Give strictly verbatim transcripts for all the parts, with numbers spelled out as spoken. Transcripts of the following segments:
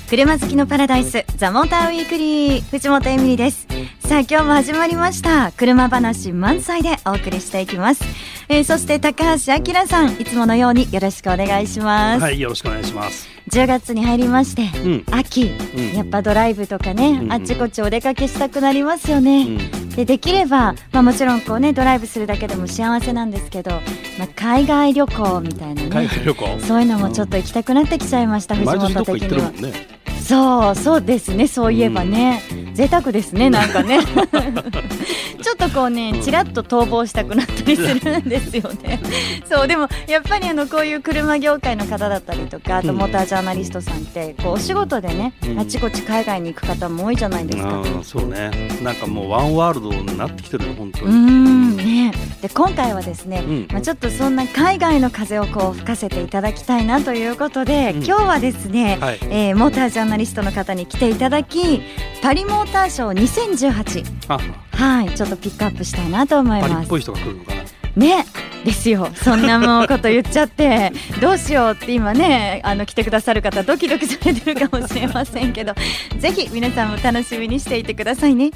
車好きのパラダイスザモーターウィークリー、藤本エミリです。さあ今日も始まりました。車話満載でお送りしていきます。えー、そして高橋明さん、いつものようによろしくお願いします。 はい、よろしくお願いします。 じゅうがつに入りまして、うん、秋、うん、やっぱドライブとかね、うんうん、あっちこっちお出かけしたくなりますよね、うん、で, できれば、まあ、もちろんこう、ね、ドライブするだけでも幸せなんですけど、まあ、海外旅行みたいなね、 海外旅行そういうのもちょっと行きたくなってきちゃいました、うん、藤本的には。 ね、 そうそうですね、そういえばね、うん、贅沢ですね、なんかねちょっとこうね、ちらっと逃亡したくなったりするんですよねそうでもやっぱりあのこういう車業界の方だったりとか、あとモータージャーナリストさんってこうお仕事でね、うん、あちこち海外に行く方も多いじゃないですか。 あ、そうね、なんかもうワンワールドになってきてるよ本当に。 うーん、ね、で今回はですね、うん、まあ、ちょっとそんな海外の風をこう吹かせていただきたいなということで、うん、今日はですね、はい、えー、モータージャーナリストの方に来ていただき、パリモーターショーにせんじゅうはち、はい、ちょっとピックアップしたいなと思います。 パリっぽい人が来るのかなね、ですよ。そんなもうこと言っちゃってどうしようって今ね、あの来てくださる方ドキドキされてるかもしれませんけどぜひ皆さんも楽しみにしていてくださいね。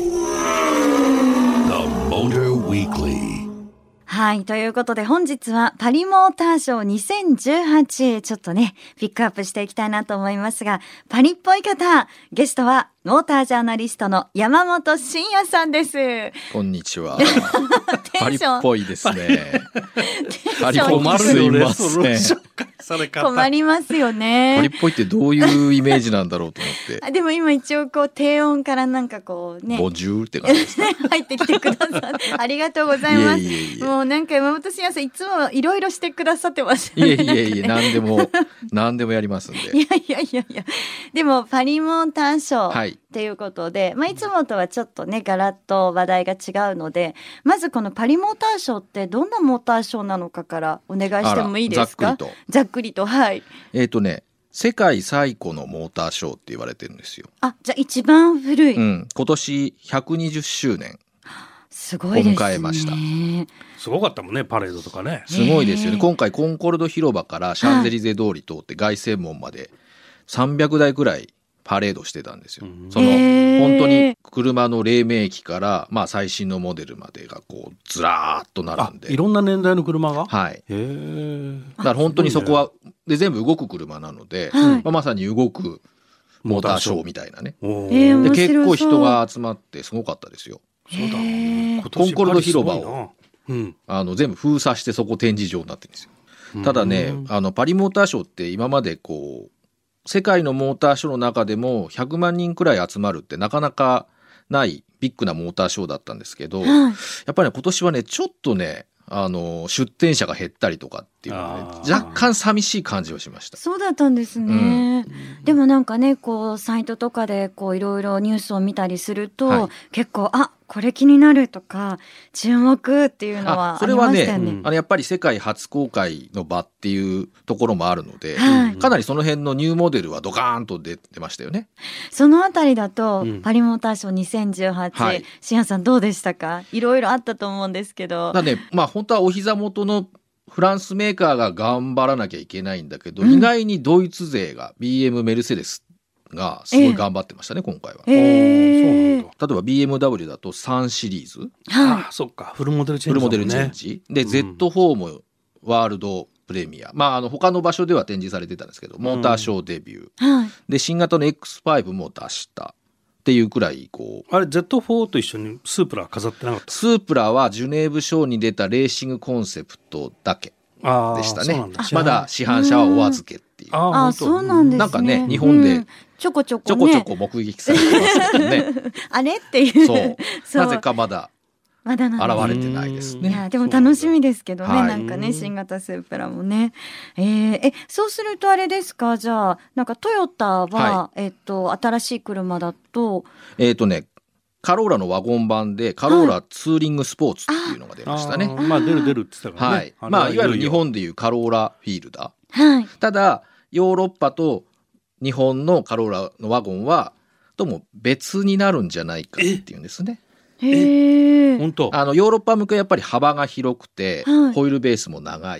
はい、ということで本日はパリモーターショーにせんじゅうはち、ちょっとねピックアップしていきたいなと思いますが、パリっぽい方、ゲストはモータージャーナリストの山本慎也さんです。 こんにちはパリっぽいですねパリっぽいすいません困りますよね。 パリっぽいってどういうイメージなんだろうと思ってあ、でも今一応こう低音からなんかこうね、 ボジューって感じですね入ってきてくださってありがとうございます。いえいえいえ、もうなんか山本慎也さんいつもいろいろしてくださってますよね。 いえいえいえ、何でも何でもやりますんで。 いやいやいやいや、でもパリモーターショー、はい、っていうことで、まあ、いつもとはちょっとねガラッと話題が違うので、まずこのパリモーターショーってどんなモーターショーなのかからお願いしてもいいですか。 ざっくりとざっくりと、はい。 えーとね世界最古のモーターショーって言われてるんですよ。 あ、じゃあ一番古い、 うん、今年ひゃくにじゅっしゅうねんすごいですね。 迎えました。 すごかったもんね、パレードとかね。 すごいですよね。今回コンコルド広場からシャンゼリゼ通り通って凱旋門までさんびゃくだいくらいパレードしてたんですよ。その本当に車の黎明期から、まあ、最新のモデルまでがこうずらーっと並んで、 いろんな年代の車が、 はい、 へー、 だから本当にそこはで全部動く車なので、はい、まあ、まさに動くモーターショーみたいなね。で結構人が集まってすごかったですよ。 そうだね、 コンコルド広場を、うん、あの全部封鎖してそこ展示場になってるんですよ。ただね、あのパリモーターショーって今までこう世界のモーターショーの中でもひゃくまんにんくらい集まるってなかなかないビッグなモーターショーだったんですけど、はい、やっぱりね今年はねちょっとねあの出店者が減ったりとかっていうのは、ね、若干寂しい感じをしました。 そうだったんですね、うん、でもなんかねこうサイトとかでこういろいろニュースを見たりすると、はい、結構あこれ気になるとか注目っていうのはありましたよね。それはね、 うん、あのやっぱり世界初公開の場っていうところもあるので、はい、かなりその辺のニューモデルはドカーンと出てましたよね。 そのあたりだと、うん、パリモーターショーにせんじゅうはち、はい、シアンさんどうでしたか。いろいろあったと思うんですけど、 だね、まあ本当はお膝元のフランスメーカーが頑張らなきゃいけないんだけど、うん、意外にドイツ勢が ビーエム メルセデスがすごい頑張ってましたね、えー、今回は。 えー、 そうなんだ。例えば ビーエムダブリュー だとさんシリーズ、 はい、 あ、そっか、フルモデルチェンジ、ね、 フルモデルチェンジで、うん、ゼットフォー もワールドプレミア、まあ、あの他の場所では展示されてたんですけど、モーターショーデビュー、うん、で新型の エックスファイブ も出したっていうくらいこう、 あれ ゼットフォー と一緒にスープラ飾ってなかった。 スープラはジュネーブショーに出たレーシングコンセプトだけでしたね。だまだ市販車はお預けっていう。 ああ、そうなんですね。 なんかね日本で、うん、 ちょこちょこ、ね、 ちょこちょこ目撃されてますけどねあれっていう、 そうそうなぜかまだまだ現れてないですね。 いやでも楽しみですけどね、なんかね新型スープラもね、えー、えそうするとあれですか、じゃあなんかトヨタは、はい、えっと新しい車だとえっとねカローラのワゴン版でカローラツーリングスポーツっていうのが出ましたね。 ああ、まあ出る出るって言ってたからね、 はい、まあいわゆる日本でいうカローラフィールダー、 はい、 ただヨーロッパと日本のカローラのワゴンはとも別になるんじゃないかっていうんですね。 へえ、 本当。 あのヨーロッパ向けやっぱり幅が広くて、はい、ホイールベースも長い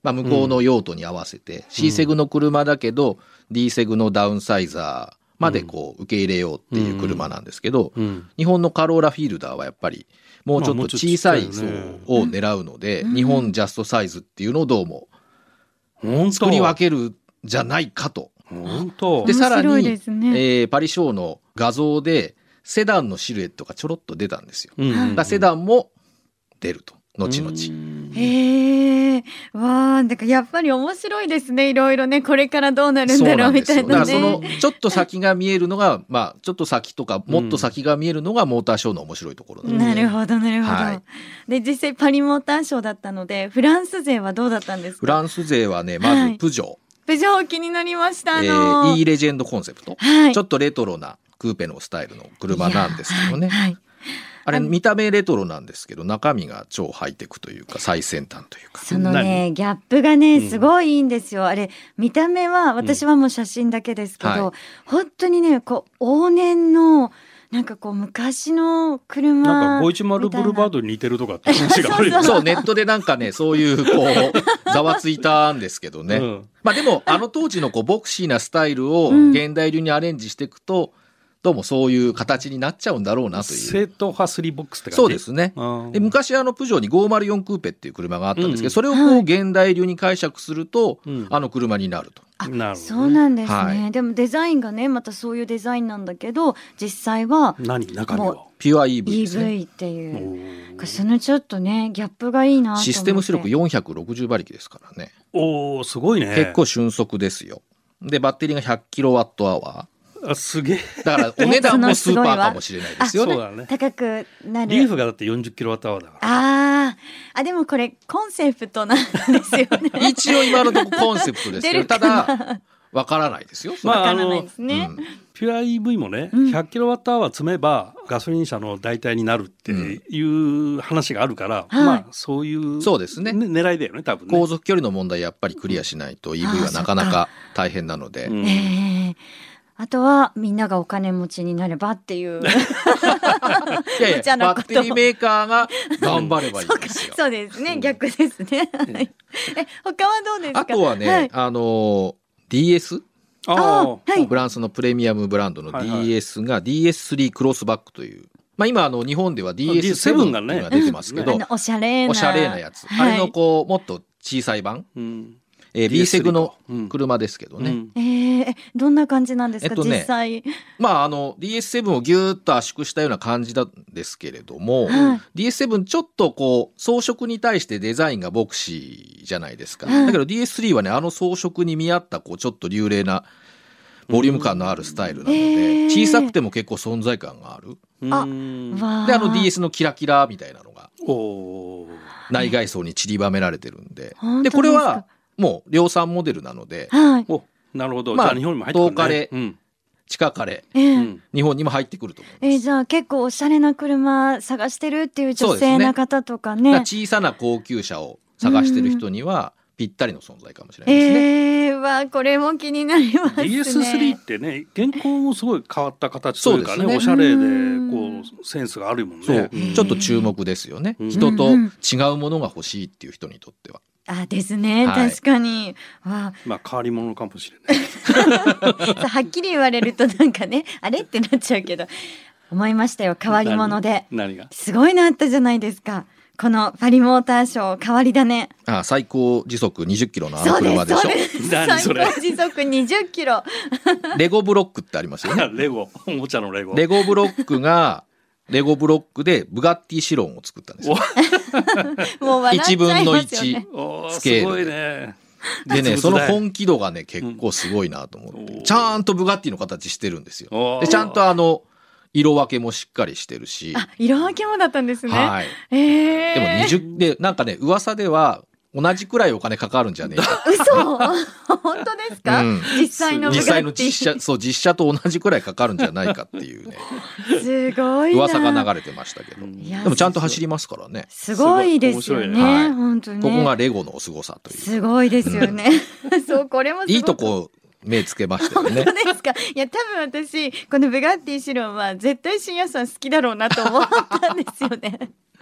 まあ、向こうの用途に合わせて、うん、C セグの車だけど、うん、D セグのダウンサイザーまでこう受け入れようっていう車なんですけど、うんうん、日本のカローラフィールダーはやっぱりもうちょっと小さい層を狙うので、まあ、日本ジャストサイズっていうのをどうも作り分けるんじゃないかと。 本当でさらに、 ねえー、パリショーの画像でセダンのシルエットがちょろっと出たんですよ、うんうんうん、だからセダンも出ると後々。 へえ、わあ、だからやっぱり面白いですね。いろいろね、これからどうなるんだろうみたいなね。 だからそのちょっと先が見えるのが、まあちょっと先とかもっと先が見えるのがモーターショーの面白いところなんで、 うん、なるほどなるほど。はい、で実際パリモーターショーだったので、フランス勢はどうだったんですか？ フランス勢はね、まずプジョー。はい、 プジョー気になりました。あのー、E レジェンドコンセプト、はい、ちょっとレトロなクーペのスタイルの車なんですけどね。はいはい、あれ見た目レトロなんですけど中身が超ハイテクというか最先端というか、 そのねギャップがねすごいいいんですよ、うん、あれ見た目は私はもう写真だけですけど、うんはい、本当にねこう往年のなんかこう昔の車なんかごいちまるブルーバードに似てるとかって話があるよね。 そうネットでなんかねそういうこうざわついたんですけどね、うん、まあでもあの当時のこうボクシーなスタイルを現代流にアレンジしていくと、うん、どうもそういう形になっちゃうんだろうなという。 正統派スリーボックスって感じ。 そうですね。で昔あのプジョーにごーまるよんクーペっていう車があったんですけど、うん、それをこう現代流に解釈すると、うん、あの車になると。 あ、なるほどね、そうなんですね、はい、でもデザインがねまたそういうデザインなんだけど実際は何中身はピュア イーブイ ですね。 イーブイ っていうそのちょっとねギャップがいいなと思って。 システム出力よんひゃくろくじゅうばりきですからね。 おーすごいね。 結構瞬速ですよ。でバッテリーが ひゃくキロワットアワー。 あすげえ。 だからお値段もスーパーかもしれないですよね。 そうだね。 高くなる。 リーフがだってよんじゅっキロワットアワーだから。 ああ、でもこれコンセプトなんですよね。 一応今のところコンセプトですけど、ただわからないですよ。 まああの、ねうん、ピュア イーブイ もね、うん、ひゃくキロワットアワー積めばガソリン車の代替になるっていう話があるから、うん、まあそういう、 そうですね、 狙いだよね多分ね。 航続距離の問題やっぱりクリアしないと イーブイ はなかなか大変なので。 うんえーあとはみんながお金持ちになればっていういやいやバッテリーメーカーが頑張ればいいんですよ。 そうですね、逆ですね。え他はどうですか？ あとはね、はい、あの ディーエスあ、はい、 フランスのプレミアムブランドの ディーエス が ディーエススリー クロスバックという、まあ、今あの日本では ディーエスセブン っていうのが出てますけど、 うん、おしゃれなおしゃれなやつ、はい、あれのこうもっと小さい版、うんえー、B セグの車ですけどね、うん、 えー、どんな感じなんですか、えっとね、実際。 まああの ディーエスセブン をギューッと圧縮したような感じなんですけれども、はい、ディーエスセブン ちょっとこう装飾に対してデザインがボクシーじゃないですか、はい、だけど ディーエススリー はねあの装飾に見合ったこうちょっと流麗なボリューム感のあるスタイルなので、うん、小さくても結構存在感がある。 あであの ディーエス のキラキラみたいなのが内外装に散りばめられてるんで、でこれはもう量産モデルなので、 はい、 おなるほど、 まあ、 じゃあ日本にも入ってくるね。 東カレ、うん、地下カレ、 えー、 日本にも入ってくると思います。 えー、じゃあ結構おしゃれな車探してるっていう女性の方とかね、 小さな高級車を探してる人にはぴったりの存在かもしれないですね。 えー、わこれも気になりますね。 ディーエススリー ってね現行もすごい変わった形というか ね, ねおしゃれでこうセンスがあるもんね。 そうちょっと注目ですよね、うん、人と違うものが欲しいっていう人にとっては。 あですね、はい、確かに。わまあ変わり者かもしれないはっきり言われるとなんかねあれってなっちゃうけど思いましたよ。変わり者で何, 何がすごいのあったじゃないですか。このパリモーターショー変わり種。 あ最高時速にじゅっキロのあの車でしょ。 そうですそうです最高時速にじゅっキロレゴブロックってありますよねレゴおもちゃのレゴレゴブロックがレゴブロックでブガッティシロンを作ったんですよもう笑っちゃいますよね。いちぶんのいちスケールで。 すごいね。 でねその本気度がね結構すごいなと思って、うん、ちゃんとブガッティの形してるんですよ。でちゃんとあの色分けもしっかりしてるし。 あ色分けもだったんですね。 はい、 えー、 でもにじゅうでなんかね噂では同じくらいお金かかるんじゃねえか嘘本当ですか、うん、実際のブガッティ実際の実車そう実車と同じくらいかかるんじゃないかっていうねすごいな噂が流れてましたけど、でもちゃんと走りますからね。 すごいですよね、はい、本当にね。 ここがレゴのすごさという。 すごいですよね、うん、そうこれもすごいいいとこ目つけましたよね。 本当ですか。いや多分私このブガッティシロンは絶対深夜さん好きだろうなと思ったんですよね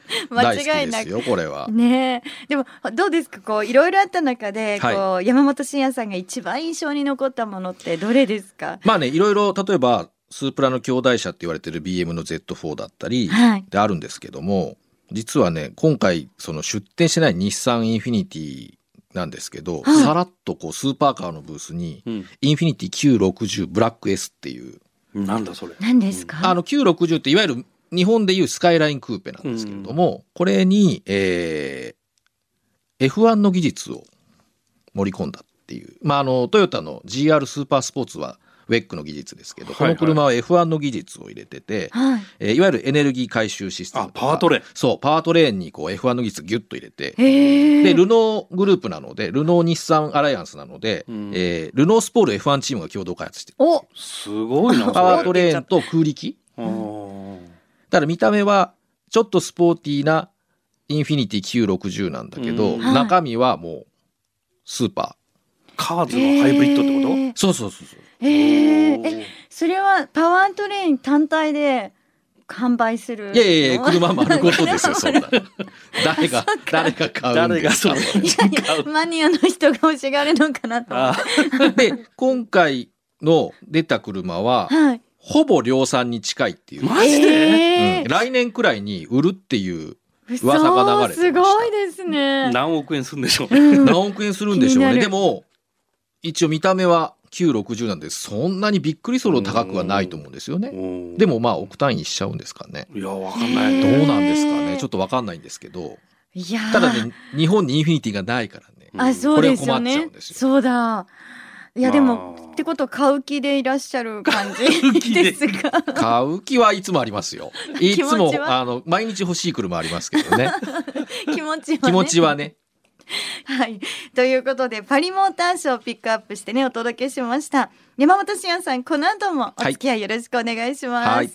大好きですよこれは。 ね、でもどうですか、こういろいろあった中で、はい、こう山本慎也さんが一番印象に残ったものってどれですか？ まあね、いろいろ例えばスープラの兄弟車って言われてる ビーエム の ゼットフォー だったり、はい、であるんですけども、実はね今回その出展してない日産インフィニティなんですけど、はい、さらっとこうスーパーカーのブースに、うん、インフィニティ キューろくじゅう ブラック S っていう、 なんだそれ、 何ですか？ あの キューろくじゅう っていわゆる日本でいうスカイラインクーペなんですけれども、うん、これに、えー、エフワン の技術を盛り込んだっていう、まあ、あのトヨタの ジーアール スーパースポーツはウェックの技術ですけど、この車は エフワン の技術を入れてて、はい、えー、いわゆるエネルギー回収システムとか、 あ、パワートレーン、 そうパワートレーンにこう エフワン の技術ギュッと入れて、でルノーグループなのでルノー日産アライアンスなので、うん、えー、ルノースポール エフワン チームが共同開発してる。 お、 すごいな。 パワートレーンと空力、だから見た目はちょっとスポーティーなインフィニティ キューろくじゅう なんだけど、うん、中身はもうスーパーカーズのハイブリッドってこと？えー、 そうそうそうそう。 えー、えそれはパワートレーン単体で販売する？ いやいやいや、車丸ごとですよそんな。誰が誰が買うんですか？ 誰がそういやいやマニアの人が欲しがるのかなと思って。 で今回の出た車は、はい、ほぼ量産に近いっていう。 マジで、 えーうん、来年くらいに売るっていう噂が流れてました。 すごいですね。 何億円するんでしょうね、 うん、何億円するんでしょうね。でも一応見た目はキューろくじゅうなんでそんなにびっくりするほど高くはないと思うんですよね。でもまあ億単位しちゃうんですかね。 いやわかんない。 どうなんですかね。ちょっとわかんないんですけど。いやただね日本にインフィニティがないからね。 あ、そうですよね。これは困っちゃうんですよ。そうだ。いやでも、まあ、ってことは買う気でいらっしゃる感じですか？ 買う気はいつもありますよ。いつもあの毎日欲しい車ありますけどね。 気持ちはね。 気持ちはね。 はい、ということでパリモーターショーをピックアップしてねお届けしました。山本慎也さん、この後もお付き合いよろしくお願いします。はい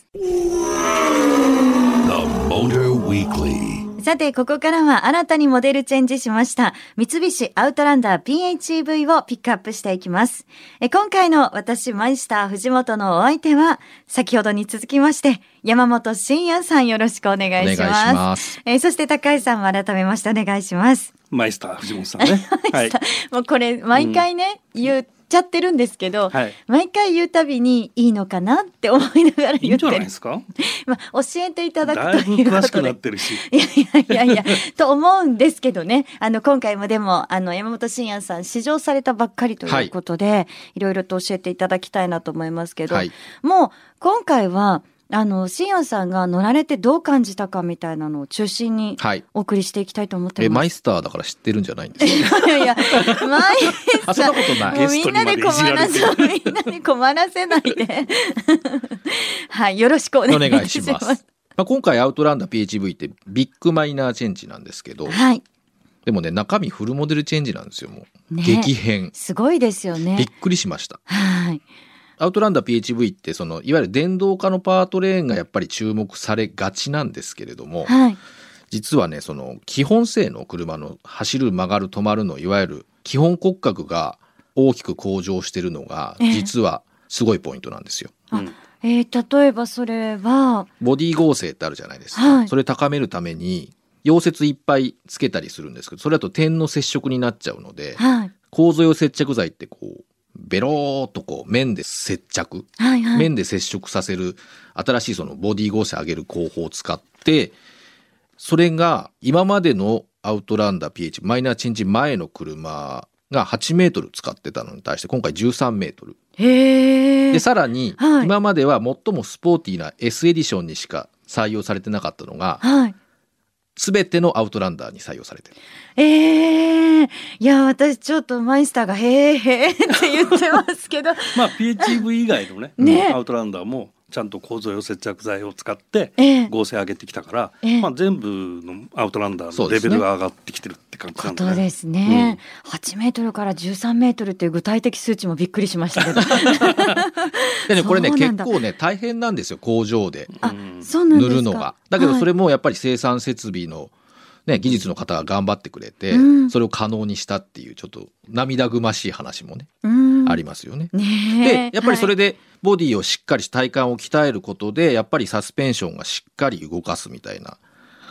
はい、さてここからは新たにモデルチェンジしました三菱アウトランダー ピーエイチイーブイ をピックアップしていきます。え今回の私マイスター藤本のお相手は先ほどに続きまして山本慎也さん、よろしくお願いします。お願いします。えそして高井さんも改めましてお願いします。 マイスター藤本さんね。はい、 もうこれ毎回ね、うん、言っちゃってるんですけど、はい、毎回言うたびにいいのかなって思いながら言ってる。いいんじゃないですか。 まあ教えていただくということで。 だいぶ詳しくなってるし。 いやいやいやいやと思うんですけどね。あの今回もでもあの山本慎也さん試乗されたばっかりということで、はい、いろいろと教えていただきたいなと思いますけど、はい、もう今回はあの慎也さんが乗られてどう感じたかみたいなのを中心にお送りしていきたいと思ってます。はい、 えマイスターだから知ってるんじゃないんですか？ いやいやマイスターあそんなことない。 もうみんなで困らせみんなで困らせないではいよろしくお願いします。お願いします。 まあ、今回アウトランダー ピーエイチイーブイ ってビッグマイナーチェンジなんですけど、はい、でもね中身フルモデルチェンジなんですよ。もう、ね、激変すごいですよね。 びっくりしました。 はい。 アウトランダー ピーエイチイーブイ ってそのいわゆる電動化のパワートレーンがやっぱり注目されがちなんですけれども、はい、実はねその基本性の車の走る曲がる止まるのいわゆる基本骨格が大きく向上してるのが実はすごいポイントなんですよ。 えーうんえー、例えばそれはボディ剛性ってあるじゃないですか、はい、それ高めるために溶接いっぱいつけたりするんですけどそれだと点の接触になっちゃうので、はい、構造用接着剤ってこうベローっとこう面で接着、はいはい、面で接触させる新しいそのボディ剛性上げる工法を使ってそれが今までのアウトランダー ピーエイチ マイナーチェンジ前の車がはちメートル使ってたのに対して今回じゅうさんメートルへーでさらに、はい、今までは最もスポーティーな S エディションにしか採用されてなかったのが、はい、全てのアウトランダーに採用されてる。 えー、いや私ちょっとマイスターがへーへーって言ってますけどまあ ピーエイチイーブイ 以外の ね, ねアウトランダーもちゃんと構造用接着剤を使って合成上げてきたから、えーまあ、全部のアウトランダーのレベルが上がってきてるって感じなんで、ね、 ことですね、うん、はちメートルからじゅうさんメートルっていう具体的数値もびっくりしましたけどで、ね、これね結構ね大変なんですよ工場で塗るのが。だけどそれもやっぱり生産設備のね、技術の方が頑張ってくれて、うん、それを可能にしたっていうちょっと涙ぐましい話もね、うん、ありますよね。 ねでやっぱりそれでボディをしっかり体幹を鍛えることでやっぱりサスペンションがしっかり動かすみたいな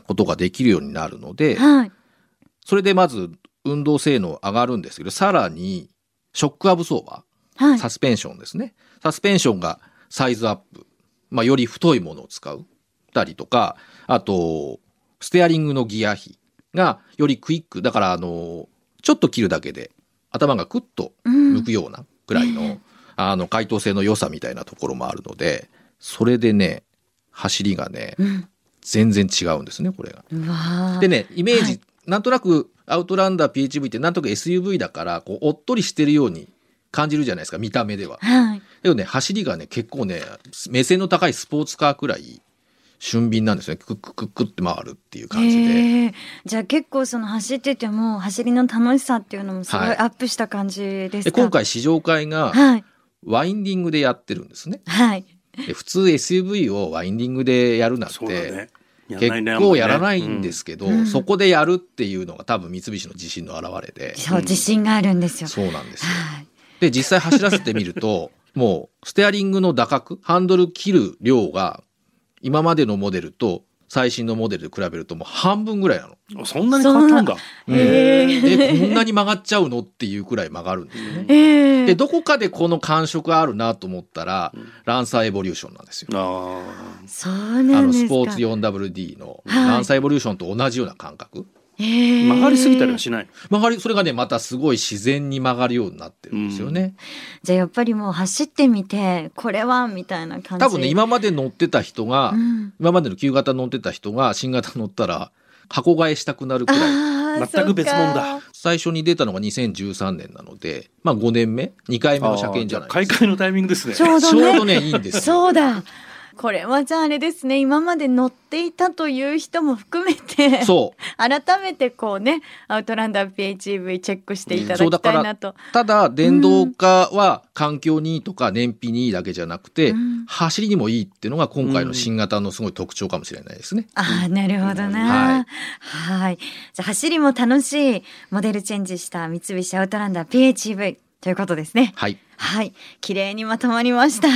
ことができるようになるので、 はい、 それでまず運動性能上がるんですけど、さらにショックアブソーバー、はい、サスペンションですね。サスペンションがサイズアップ、まあ、より太いものを使うたりとか、あとステアリングのギア比がよりクイックだから、あのちょっと切るだけで頭がクッと向くようなくらいの、うん、あの解凍性の良さみたいなところもあるので、それでね走りがね、うん、全然違うんですねこれが。でねイメージ、はい、なんとなくアウトランダー ピーエイチブイ ってなんとなく エスユーブイ だからこうおっとりしてるように感じるじゃないですか見た目では。 はい、 でもね走りがね結構ね目線の高いスポーツカーくらい俊敏なんですね。クッククックって回るっていう感じで。 じゃあ結構その走ってても走りの楽しさっていうのもすごいアップした感じですか？ はい、で今回試乗会がワインディングでやってるんですね。 はい、 で普通 エスユーブイ をワインディングでやるなんて、ね、結構やらないんですけど、うん、そこでやるっていうのが多分三菱の自信の表れで、 そう自信があるんですよ。 そうなんですよ。はい、で実際走らせてみるともうステアリングの打角ハンドル切る量が今までのモデルと最新のモデルで比べるともう半分ぐらいなの。 そんなに変わったんだ。 へー。でこんなに曲がっちゃうのっていうくらい曲がるんですよね。へー。でどこかでこの感触があるなと思ったら、うん、ランサーエボリューションなんですよ。 あそうなんですか。 あのスポーツ よんダブリューディー のランサーエボリューションと同じような感覚。 曲がりすぎたりはしない。 曲がりそれがねまたすごい自然に曲がるようになってるんですよね。うん、 じゃあやっぱりもう走ってみてこれはみたいな感じ。 多分ね今まで乗ってた人が、うん、今までの旧型乗ってた人が新型乗ったら箱買いしたくなるくらい。全く別物だ。 最初に出たのがにせんじゅうさんねんなので、まあごねんめにかいめの車検じゃないですか。 買い替えのタイミングですね。 ちょうどね、 ちょうどねいいんですよ。 そうだ。これはじゃああれですね、今まで乗っていたという人も含めてそう改めてこうねアウトランダー ピーエイチブイ チェックしていただきたいなと。 ただ電動化は環境にいいとか燃費にいいだけじゃなくて、うん、走りにもいいっていうのが今回の新型のすごい特徴かもしれないですね。 うん、ああなるほどな、はい、はい。じゃあ走りも楽しいモデルチェンジした三菱アウトランダー ピーエイチブイ ということですね。 はいはい、綺麗にまとまりました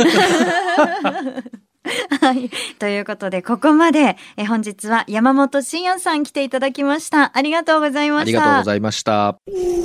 はい、ということでここまでえ本日は山本慎也さん来ていただきました。ありがとうございました。 ありがとうございました。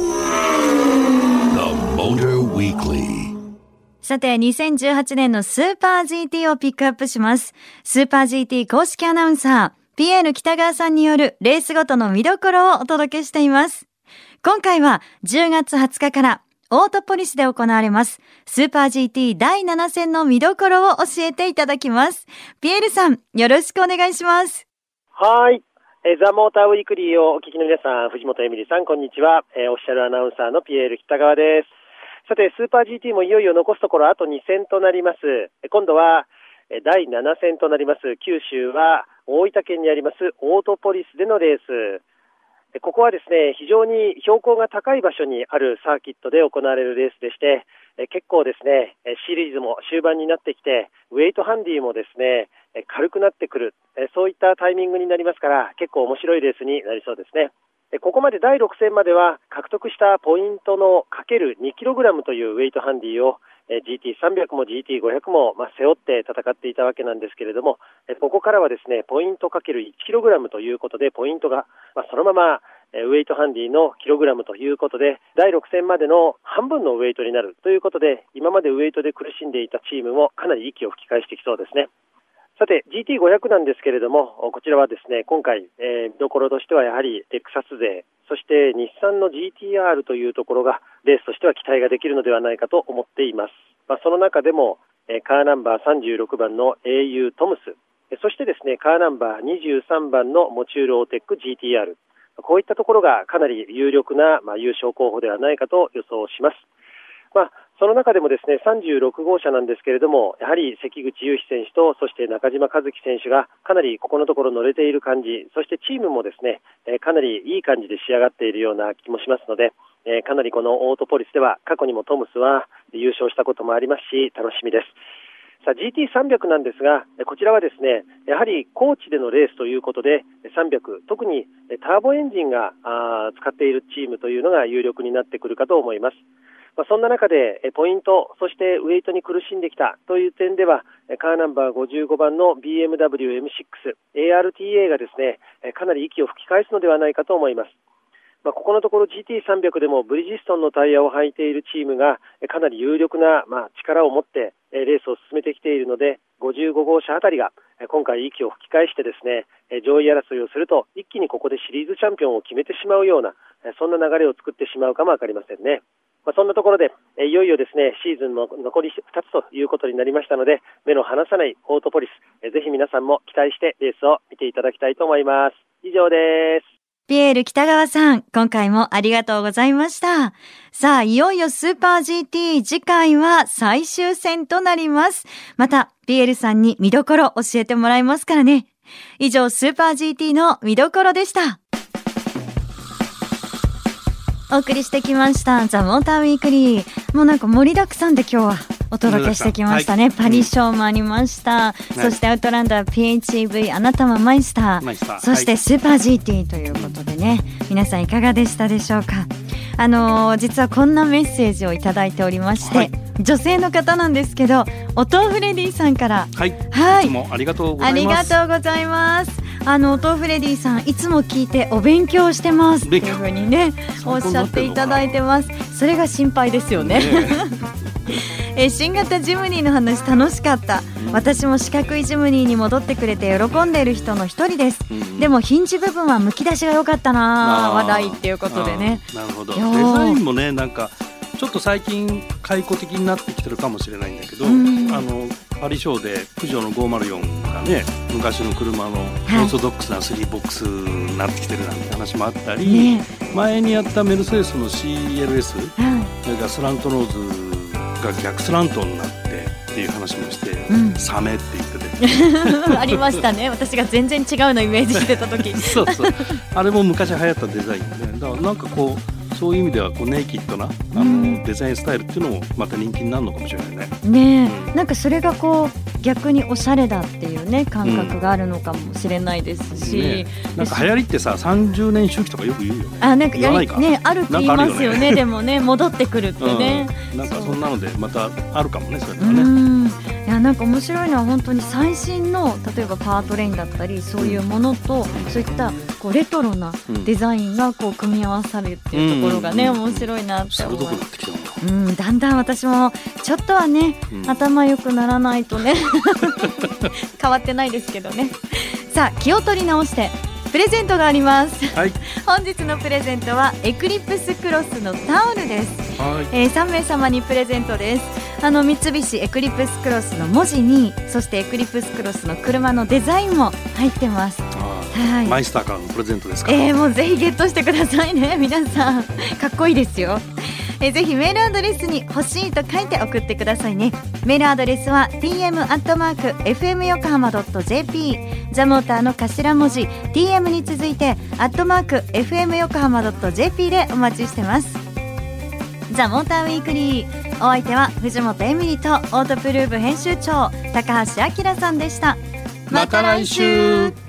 さてにせんじゅうはちねんのスーパー ジーティー をピックアップします。スーパー ジーティー 公式アナウンサー ピーエーエル 北川さんによるレースごとの見どころをお届けしています。今回はじゅうがつはつかからオートポリスで行われますスーパー ジーティー だいなな戦の見どころを教えていただきます。ピエールさんよろしくお願いします。 はい、えザ・モーターウィークリーをお聞きの皆さん、藤本エミリさんこんにちは。えオフィシャルアナウンサーのピエール北川です。さてスーパー ジーティー もいよいよ残すところあとに戦となります。今度はだいなな戦となります九州は大分県にありますオートポリスでのレース。ここはですね、非常に標高が高い場所にあるサーキットで行われるレースでして、結構ですね、シリーズも終盤になってきて、ウェイトハンディもですね、軽くなってくる、そういったタイミングになりますから、結構面白いレースになりそうですね。ここまでだいろく戦までは獲得したポイントのかけるにキログラムというウェイトハンディをジーティーさんびゃく も ジーティーごひゃく も、まあ、背負って戦っていたわけなんですけれども、ここからはですねポイントかけるいちキログラムということでポイントが、まあ、そのままウェイトハンディのキログラムということでだいろく戦までの半分のウェイトになるということで、今までウェイトで苦しんでいたチームもかなり息を吹き返してきそうですね。さて ジーティーごひゃく なんですけれども、こちらはですね今回、えー、見どころとしてはやはりレクサス勢、そして日産の ジーティーアール というところがレースとしては期待ができるのではないかと思っています。まあ、その中でも、えー、カーナンバーさんじゅうろくばんの エーユー トムス、えー、そしてですねカーナンバーにじゅうさんばんのモチュールオーテック ジーティーアール、 こういったところがかなり有力な、まあ、優勝候補ではないかと予想します。まあその中でもですねさんじゅうろくごうしゃなんですけれども、やはり関口雄飛選手とそして中島和樹選手がかなりここのところ乗れている感じ、そしてチームもですねかなりいい感じで仕上がっているような気もしますので、かなりこのオートポリスでは過去にもトムスは優勝したこともありますし楽しみです。さあ ジーティーさんびゃく なんですが、こちらはですねやはり高地でのレースということでさんびゃく、特にターボエンジンが使っているチームというのが有力になってくるかと思います。 まあ、そんな中でポイント、そしてウェイトに苦しんできたという点では、カーナンバーごじゅうごばんの ビーエムダブリューエムシックスエーアールティーエー がですね、かなり息を吹き返すのではないかと思います。まあ、ここのところ ジーティーさんびゃく でもブリヂストンのタイヤを履いているチームがかなり有力な、まあ、力を持ってレースを進めてきているので、ごじゅうごごうしゃあたりが今回息を吹き返してですね、上位争いをすると一気にここでシリーズチャンピオンを決めてしまうような、そんな流れを作ってしまうかもわかりませんね。まあ、そんなところでいよいよですね、シーズンの残りふたつということになりましたので、目の離さないオートポリス、ぜひ皆さんも期待してレースを見ていただきたいと思います。以上です。 ピエール北川さん、今回もありがとうございました。さあ、いよいよスーパー ジーティー 次回は最終戦となります。また、ピエールさんに見どころ教えてもらいますからね。以上、スーパー ジーティー の見どころでした。お送りしてきましたザ・モーターウィークリー。もうなんか盛りだくさんで今日はお届けしてきましたね、はい、パリショーもありました、うん、そしてアウトランダー ピーエイチイーブイ あなたもマイスター、マイスター、そしてスーパー ジーティー ということでね、はい、皆さんいかがでしたでしょうか。あのー、実はこんなメッセージをいただいておりまして、はい、女性の方なんですけど、お豆腐レディさんからはい、はい、いつもありがとうございます。 ありがとうございます。あのお豆腐レディさん、いつも聞いてお勉強してますっていうふうにねおっしゃっていただいてます。それが心配ですよね、ねえ新型ジムニーの話楽しかった、うん、私も四角いジムニーに戻ってくれて喜んでいる人の一人です、うん、でもヒンジ部分はむき出しが良かったな、話題っていうことでね。 なるほど。デザインもね、なんかちょっと最近解雇的になってきてるかもしれないんだけど、うん、あのパリショーでプジョーのごーまるよんがね、昔の車のオーソドックスなスリーボックスになってきてるなんて話もあったり、ね、前にやったメルセデスの シーエルエス、うん、それがスラントノーズが逆スラントになってっていう話もして、うん、サメって言っててありましたね。私が全然違うのイメージしてた時そうそう、あれも昔流行ったデザインで、ね、だからなんかこうそういう意味ではこうネイキッドなあのデザインスタイルっていうのもまた人気になるのかもしれないね。 ねえ、うん、なんかそれがこう逆におしゃれだっていうね感覚があるのかもしれないですし、うんね、 なんか流行りってささんじゅうねん周期とかよく言うよね。 あ、なんかやりね、あるって言いますよね。よねでもね戻ってくるってね、 うん、なんかそんなのでまたあるかもね、それはね。 うん、いやなんか面白いのは本当に最新の例えばパワートレインだったりそういうものと、うん、そういったこうレトロなデザインがこう組み合わさるっていうところがね、うん、面白いなって思います。うん、だんだん私もちょっとはね、うん、頭良くならないとね変わってないですけどね。さあ気を取り直してプレゼントがあります、はい、本日のプレゼントはエクリプスクロスのタオルです、はい、えー、さんめいさまにプレゼントです。あの三菱エクリプスクロスの文字にそしてエクリプスクロスの車のデザインも入ってます。 はい、マイスターからのプレゼントですか。 えー、もうぜひゲットしてくださいね皆さんかっこいいですよ。えー、ぜひメールアドレスに欲しいと書いて送ってくださいね。メールアドレスは ティーエム アットマーク エフエム 横浜 ドット ジェーピー ザモーターの頭文字 ティーエム に続いてアットマーク エフエム 横浜 ドット ジェーピー でお待ちしてます。ザモーターウィークリー、お相手は藤本エミリとオートプルーブ編集長高橋明さんでした。 また来週。